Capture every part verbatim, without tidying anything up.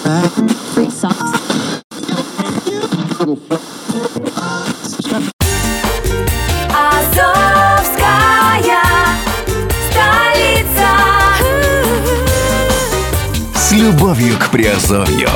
столица. С любовью к Приазовью.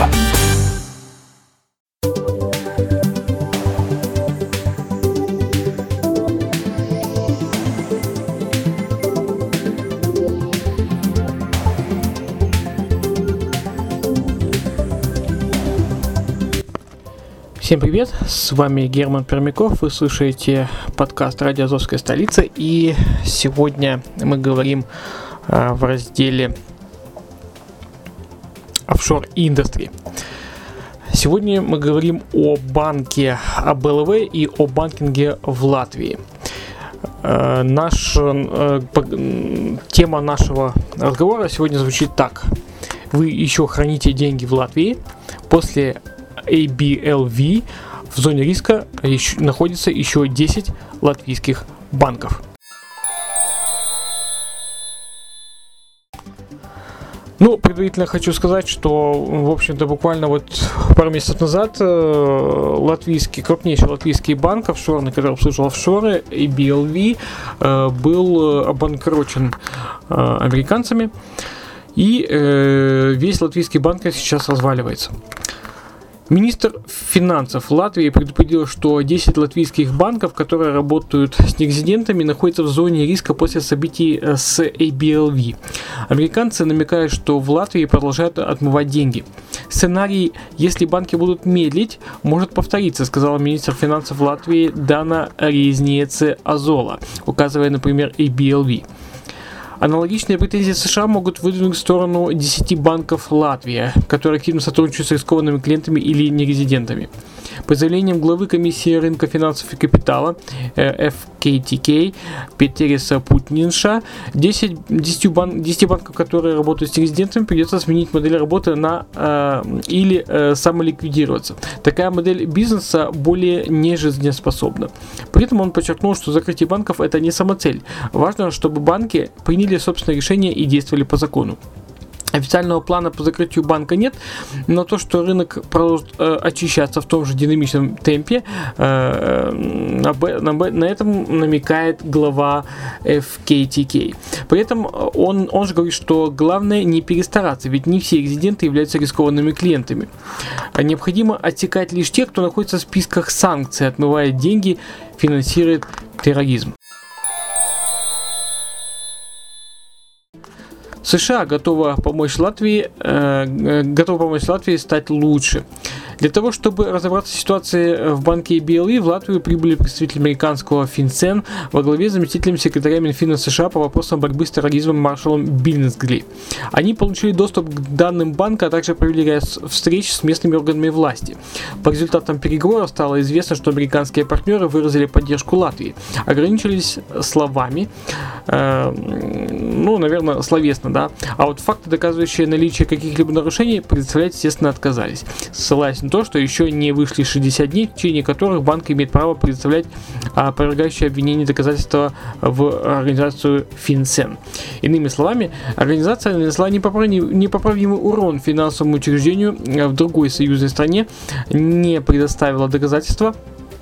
Всем привет, с вами Герман Пермяков, вы слушаете подкаст «Радио Азовская столица», и сегодня мы говорим а, в разделе Offshore Industry. Сегодня мы говорим о банке а бэ эл вэ и о банкинге в Латвии. А, наш, а, по, тема нашего разговора сегодня звучит так. Вы еще храните деньги в Латвии. После эй би эл ви в зоне риска еще, находится еще десять латвийских банков. Ну, предварительно хочу сказать, что, в общем-то, буквально вот пару месяцев назад э, латвийский, крупнейший латвийский банк офшорный, который обслуживал офшоры, эй би эл ви, э, был обанкрочен э, американцами, и э, весь латвийский банк сейчас разваливается. Министр финансов Латвии предупредил, что десять латвийских банков, которые работают с нерезидентами, находятся в зоне риска после событий с эй би эл ви. Американцы намекают, что в Латвии продолжают отмывать деньги. Сценарий, если банки будут медлить, может повториться, сказала министр финансов Латвии Дана Рейзнеце-Азола, указывая, например, эй би эл ви. Аналогичные претензии США могут выдвинуть в сторону десяти банков Латвии, которые активно сотрудничают с рискованными клиентами или нерезидентами. По заявлениям главы комиссии рынка финансов и капитала эф кей ти кей Петериса Путнинша, десять, десять, бан, десять банков, которые работают с нерезидентами, придется сменить модель работы на э, или э, самоликвидироваться. Такая модель бизнеса более нежизнеспособна. При этом он подчеркнул, что закрытие банков – это не самоцель. Важно, чтобы банки приняли собственное решение и действовали по закону. Официального плана по закрытию банка нет, но то, что рынок продолжит э, очищаться в том же динамичном темпе, э, на, на, на этом намекает глава эф кей ти кей. При этом он, он же говорит, что главное не перестараться, ведь не все резиденты являются рискованными клиентами. Необходимо отсекать лишь тех, кто находится в списках санкций, отмывает деньги, финансирует терроризм. США готова помочь Латвии, э, готова помочь Латвии стать лучше. Для того, чтобы разобраться в ситуации в банке эй би эл ви, в Латвию прибыли представители американского FinCEN во главе с заместителем секретаря Минфина США по вопросам борьбы с терроризмом Маршалом Биллингсли. Они получили доступ к данным банка, а также провели ряд встреч с местными органами власти. По результатам переговоров стало известно, что американские партнеры выразили поддержку Латвии. Ограничились словами, э, ну, наверное, словесно, да, а вот факты, доказывающие наличие каких-либо нарушений, представлять, естественно, отказались, ссылаясь на то, что еще не вышли шестьдесят дней, в течение которых банк имеет право предоставлять опровергающие обвинения доказательства в организацию FinCEN. Иными словами, организация нанесла непоправимый урон финансовому учреждению в другой союзной стране, не предоставила доказательства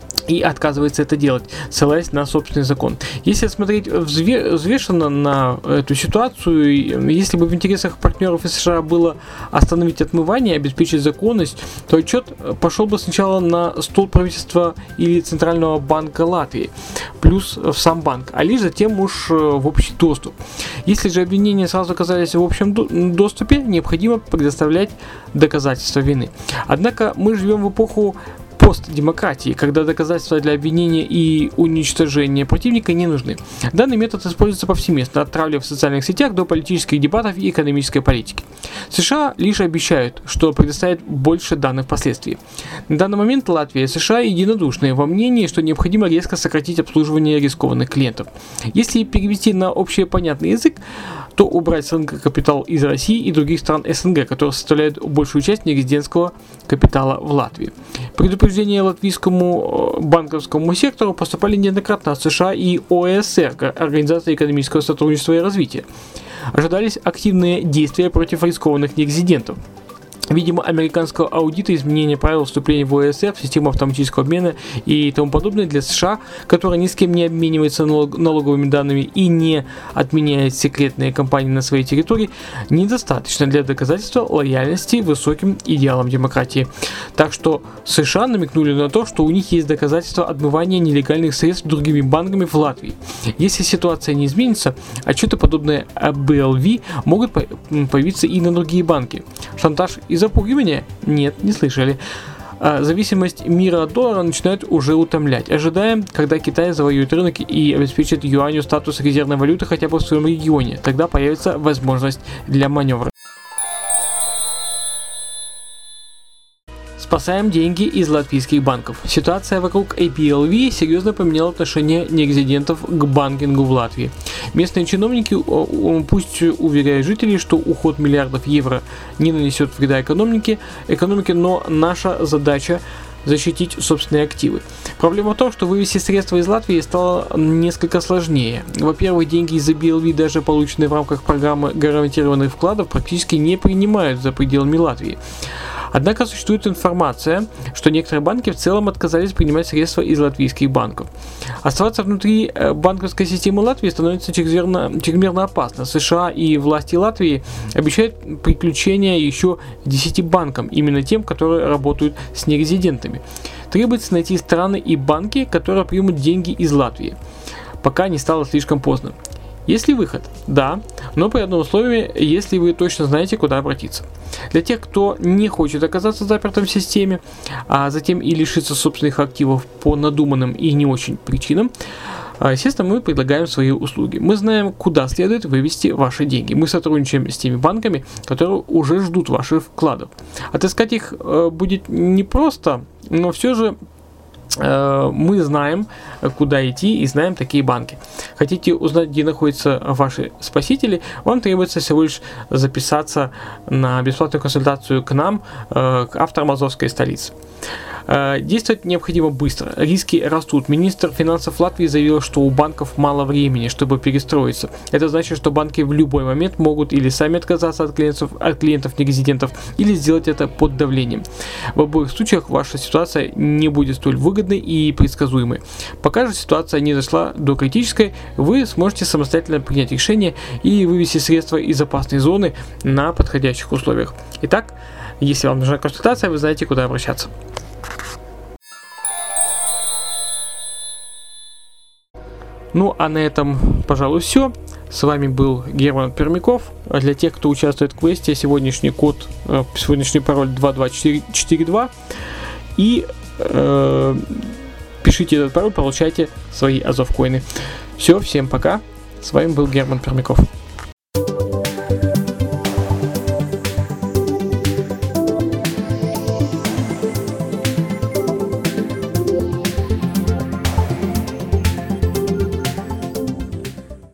и отказывается это делать, ссылаясь на собственный закон. Если смотреть взвешенно на эту ситуацию, если бы в интересах партнеров из США было остановить отмывание, обеспечить законность, то отчет пошел бы сначала на стол правительства или Центрального банка Латвии, плюс в сам банк, а лишь затем уж в общий доступ. Если же обвинения сразу оказались в общем доступе, необходимо предоставлять доказательства вины. Однако мы живем в эпоху постдемократии, когда доказательства для обвинения и уничтожения противника не нужны. Данный метод используется повсеместно, от травли в социальных сетях до политических дебатов и экономической политики. США лишь обещают, что предоставят больше данных впоследствии. На данный момент Латвия и США единодушны во мнении, что необходимо резко сократить обслуживание рискованных клиентов. Если перевести на общепонятный язык, то убрать с рынка капитал из России и других стран эс эн гэ, которые составляют большую часть нерезидентского капитала в Латвии. Предупреждения латвийскому банковскому сектору поступали неоднократно от США и о э эс эр, Организации экономического сотрудничества и развития. Ожидались активные действия против рискованных нерезидентов. Видимо, американского аудита, изменения правил вступления в ОСР, в систему автоматического обмена и тому подобное для США, которая ни с кем не обменивается налог, налоговыми данными и не отменяет секретные компании на своей территории, недостаточно для доказательства лояльности высоким идеалам демократии. Так что США намекнули на то, что у них есть доказательства отмывания нелегальных средств другими банками в Латвии. Если ситуация не изменится, отчеты, подобные би эл ви, могут появиться и на другие банки. Шантаж и запугивание? Нет, не слышали. А зависимость мира от доллара начинает уже утомлять. Ожидаем, когда Китай завоюет рынок и обеспечит юаню статус резервной валюты хотя бы в своем регионе. Тогда появится возможность для маневра. Спасаем деньги из латвийских банков. Ситуация вокруг эй пи эл ви серьезно поменяла отношение нерезидентов к банкингу в Латвии. Местные чиновники пусть уверяют жителей, что уход миллиардов евро не нанесет вреда экономике, экономике, но наша задача защитить собственные активы. Проблема в том, что вывести средства из Латвии стало несколько сложнее. Во-первых, деньги из би эл ви, даже полученные в рамках программы гарантированных вкладов, практически не принимают за пределами Латвии. Однако существует информация, что некоторые банки в целом отказались принимать средства из латвийских банков. Оставаться внутри банковской системы Латвии становится чрезмерно, чрезмерно опасно. США и власти Латвии обещают приключения еще десяти банкам, именно тем, которые работают с нерезидентами. Требуется найти страны и банки, которые примут деньги из Латвии, пока не стало слишком поздно. Есть ли выход? Да, но при одном условии, если вы точно знаете, куда обратиться. Для тех, кто не хочет оказаться запертым в системе, а затем и лишиться собственных активов по надуманным и не очень причинам, естественно, мы предлагаем свои услуги. Мы знаем, куда следует вывести ваши деньги. Мы сотрудничаем с теми банками, которые уже ждут ваших вкладов. Отыскать их будет непросто, но все же мы знаем, куда идти, и знаем такие банки. Хотите узнать, где находятся ваши спасители? Вам требуется всего лишь записаться на бесплатную консультацию к нам, к авторам Азовской столицы. Действовать необходимо быстро. Риски растут. Министр финансов Латвии заявил, что у банков мало времени, чтобы перестроиться. Это значит, что банки в любой момент могут или сами отказаться от клиентов, от клиентов нерезидентов, или сделать это под давлением. В обоих случаях ваша ситуация не будет столь выгодной и предсказуемой. Пока же ситуация не дошла до критической, вы сможете самостоятельно принять решение и вывести средства из опасной зоны на подходящих условиях. Итак, если вам нужна консультация, вы знаете, куда обращаться. Ну, а на этом, пожалуй, все. С вами был Герман Пермяков. Для тех, кто участвует в квесте, сегодняшний код, сегодняшний пароль два два четыре четыре два. И э, пишите этот пароль, получайте свои азовкоины. Все, всем пока. С вами был Герман Пермяков.